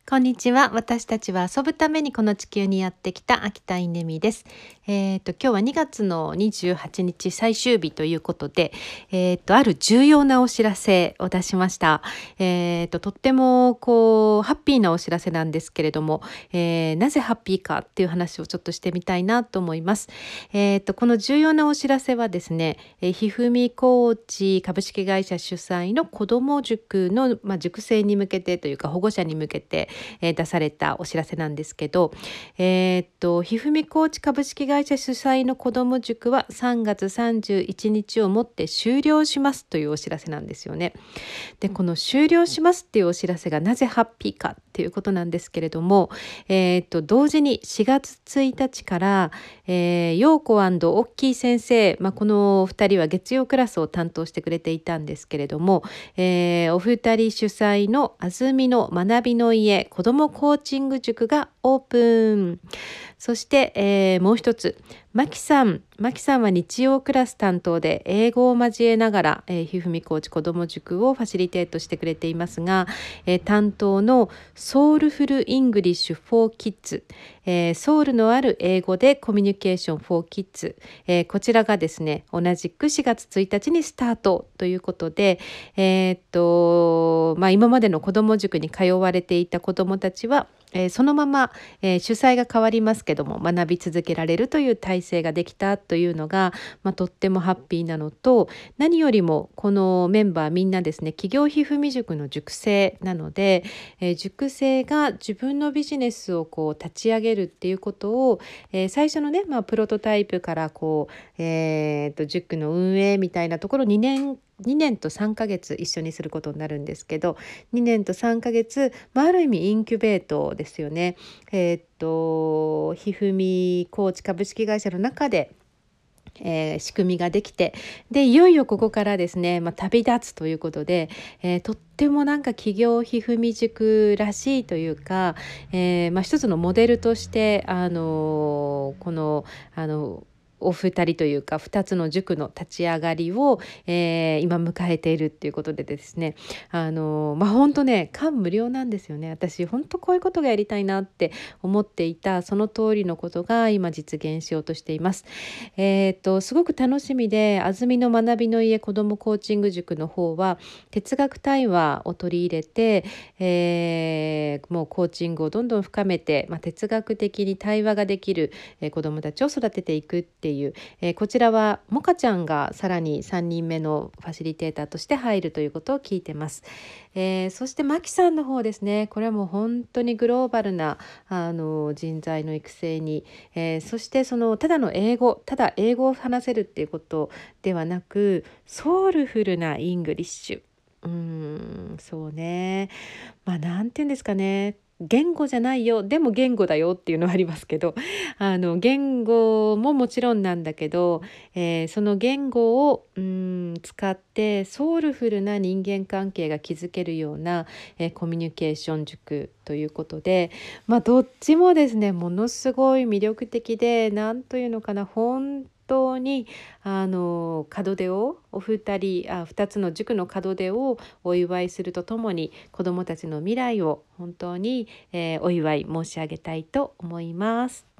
こんにちは。私たちは遊ぶためにこの地球にやってきた秋田稲美です。今日は2月の28日最終日ということで、ある重要なお知らせを出しました。とってもハッピーなお知らせなんですけれども、なぜハッピーかっていう話をちょっとしてみたいなと思います。この重要なお知らせはですね、ひふみコーチ株式会社主催の子ども塾の、塾生に向けてというか保護者に向けて出されたお知らせなんですけど、ひふみコーチ株式会社主催の子ども塾は3月31日をもって終了しますというお知らせなんですよね。で、この終了しますっていうお知らせがなぜハッピーかっていうことなんですけれども、同時に4月1日から、陽子オッキー先生、この2人は月曜クラスを担当してくれていたんですけれども、お二人主催のあずみの学びの家子どもコーチング塾がオープン。そして、もう一つ、マキさんは日曜クラス担当で英語を交えながら、ひふみコーチ子ども塾をファシリテートしてくれていますが、担当のソウルフルイングリッシュフォーキッズ、ソウルのある英語でコミュニケーションフォーキッズ、こちらがですね同じく4月1日にスタートということで、今までの子ども塾に通われていた子どもたちはそのまま、主催が変わりますけども学び続けられるという体制ができたというのが、とってもハッピーなのと、何よりもこのメンバーみんなですね企業ひふみ塾の塾生なので、塾生が自分のビジネスを立ち上げるっていうことを、最初のね、プロトタイプから塾の運営みたいなところ2年と3ヶ月一緒にすることになるんですけど、2年と3ヶ月、ある意味インキュベートですよね。ひふみコーチ株式会社の中で仕組みができて、でいよいよここからですね、旅立つということで、とっても企業ひふみ塾らしいというか、一つのモデルとしてこのお二人というか2つの塾の立ち上がりを、今迎えているっていうことでですね、本当ね感無量なんですよね。私本当こういうことがやりたいなって思っていたその通りのことが今実現しようとしています。すごく楽しみで、あずみの学びの家子どもコーチング塾の方は哲学対話を取り入れて、もうコーチングをどんどん深めて、哲学的に対話ができる、子どもたちを育てていくっていう、こちらはもかちゃんがさらに3人目のファシリテーターとして入るということを聞いてます。そしてマキさんの方ですね、これはもう本当にグローバルな人材の育成に、そしてただ英語を話せるっていうことではなく、ソウルフルなイングリッシュ、そうね、なんて言うんですかね、言語じゃないよ、でも言語だよっていうのはありますけど、言語ももちろんなんだけど、その言語を使ってソウルフルな人間関係が築けるような、コミュニケーション塾ということで、どっちもですねものすごい魅力的で、なんというのかな、本当に門出を2つの塾の門出をお祝いするとともに、子どもたちの未来を本当に、お祝い申し上げたいと思います。